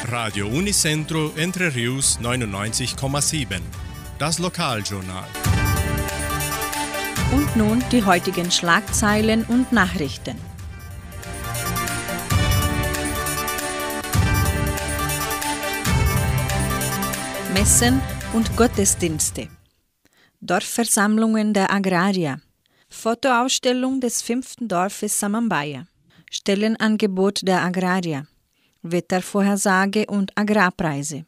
Radio Unicentro Entre Rius 99,7. Das Lokaljournal. Und nun die heutigen Schlagzeilen und Nachrichten. Messen und Gottesdienste. Dorfversammlungen der Agrarier. Fotoausstellung des 5. Dorfes Samambaya. Stellenangebot der Agrarier. Wettervorhersage und Agrarpreise.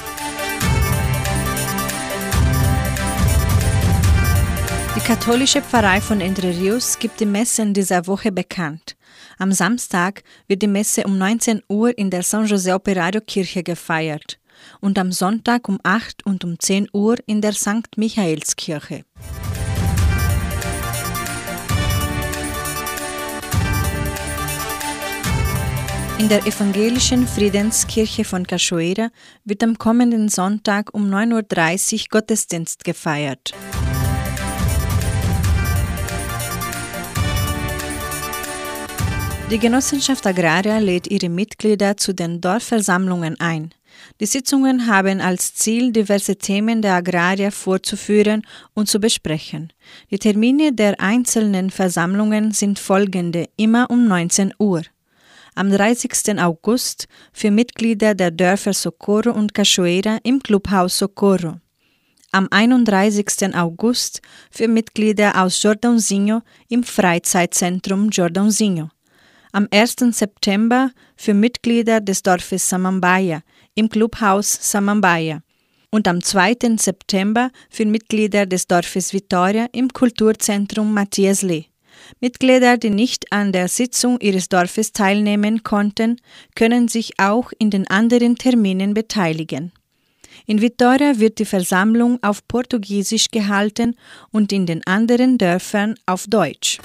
Die katholische Pfarrei von Entre Rius gibt die Messen dieser Woche bekannt. Am Samstag wird die Messe um 19 Uhr in der San José Operario Kirche gefeiert und am Sonntag um 8 und um 10 Uhr in der St. Michaelskirche. In der evangelischen Friedenskirche von Cachoeira wird am kommenden Sonntag um 9.30 Uhr Gottesdienst gefeiert. Die Genossenschaft Agraria lädt ihre Mitglieder zu den Dorfversammlungen ein. Die Sitzungen haben als Ziel, diverse Themen der Agrarier vorzuführen und zu besprechen. Die Termine der einzelnen Versammlungen sind folgende, immer um 19 Uhr. Am 30. August für Mitglieder der Dörfer Socorro und Cachoeira im Clubhaus Socorro. Am 31. August für Mitglieder aus Jordãozinho im Freizeitzentrum Jordãozinho. Am 1. September für Mitglieder des Dorfes Samambaya im Clubhaus Samambaya und am 2. September für Mitglieder des Dorfes Vitória im Kulturzentrum Matias Lé. Mitglieder, die nicht an der Sitzung ihres Dorfes teilnehmen konnten, können sich auch in den anderen Terminen beteiligen. In Vitória wird die Versammlung auf Portugiesisch gehalten und in den anderen Dörfern auf Deutsch.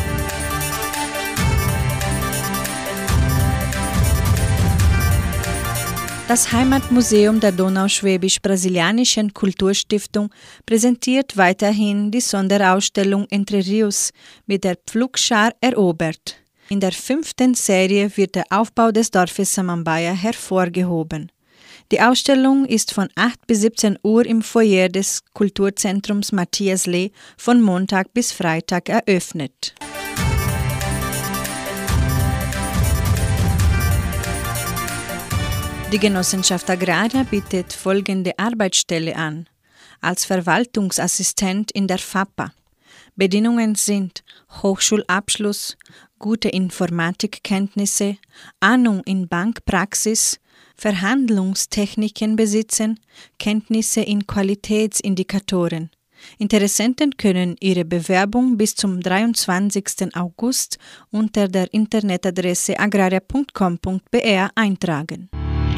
Das Heimatmuseum der Donauschwäbisch-Brasilianischen Kulturstiftung präsentiert weiterhin die Sonderausstellung Entre Rius mit der Pflugschar erobert. In der 5. Serie wird der Aufbau des Dorfes Samambaya hervorgehoben. Die Ausstellung ist von 8 bis 17 Uhr im Foyer des Kulturzentrums Matias Lé von Montag bis Freitag eröffnet. Die Genossenschaft Agraria bietet folgende Arbeitsstelle an. Als Verwaltungsassistent in der FAPA. Bedingungen sind Hochschulabschluss, gute Informatikkenntnisse, Ahnung in Bankpraxis, Verhandlungstechniken besitzen, Kenntnisse in Qualitätsindikatoren. Interessenten können ihre Bewerbung bis zum 23. August unter der Internetadresse agraria.com.br eintragen.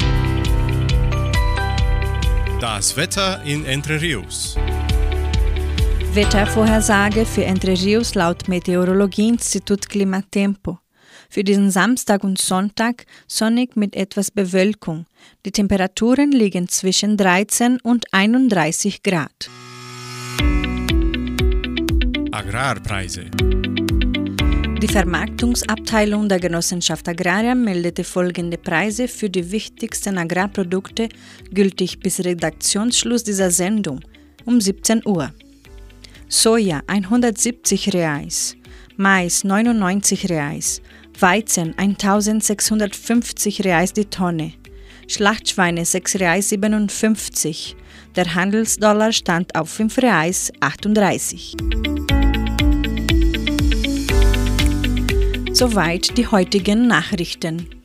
Das Wetter in Entre Rius. Wettervorhersage für Entre Rius laut Meteorologieinstitut Climatempo. Für diesen Samstag und Sonntag sonnig mit etwas Bewölkung. Die Temperaturen liegen zwischen 13 und 31 Grad. Agrarpreise. Die Vermarktungsabteilung der Genossenschaft Agraria meldete folgende Preise für die wichtigsten Agrarprodukte, gültig bis Redaktionsschluss dieser Sendung, um 17 Uhr. Soja 170 Reais, Mais 99 Reais, Weizen 1650 Reais die Tonne, Schlachtschweine 6 Reais 57, der Handelsdollar stand auf 5 Reais 38. Soweit die heutigen Nachrichten.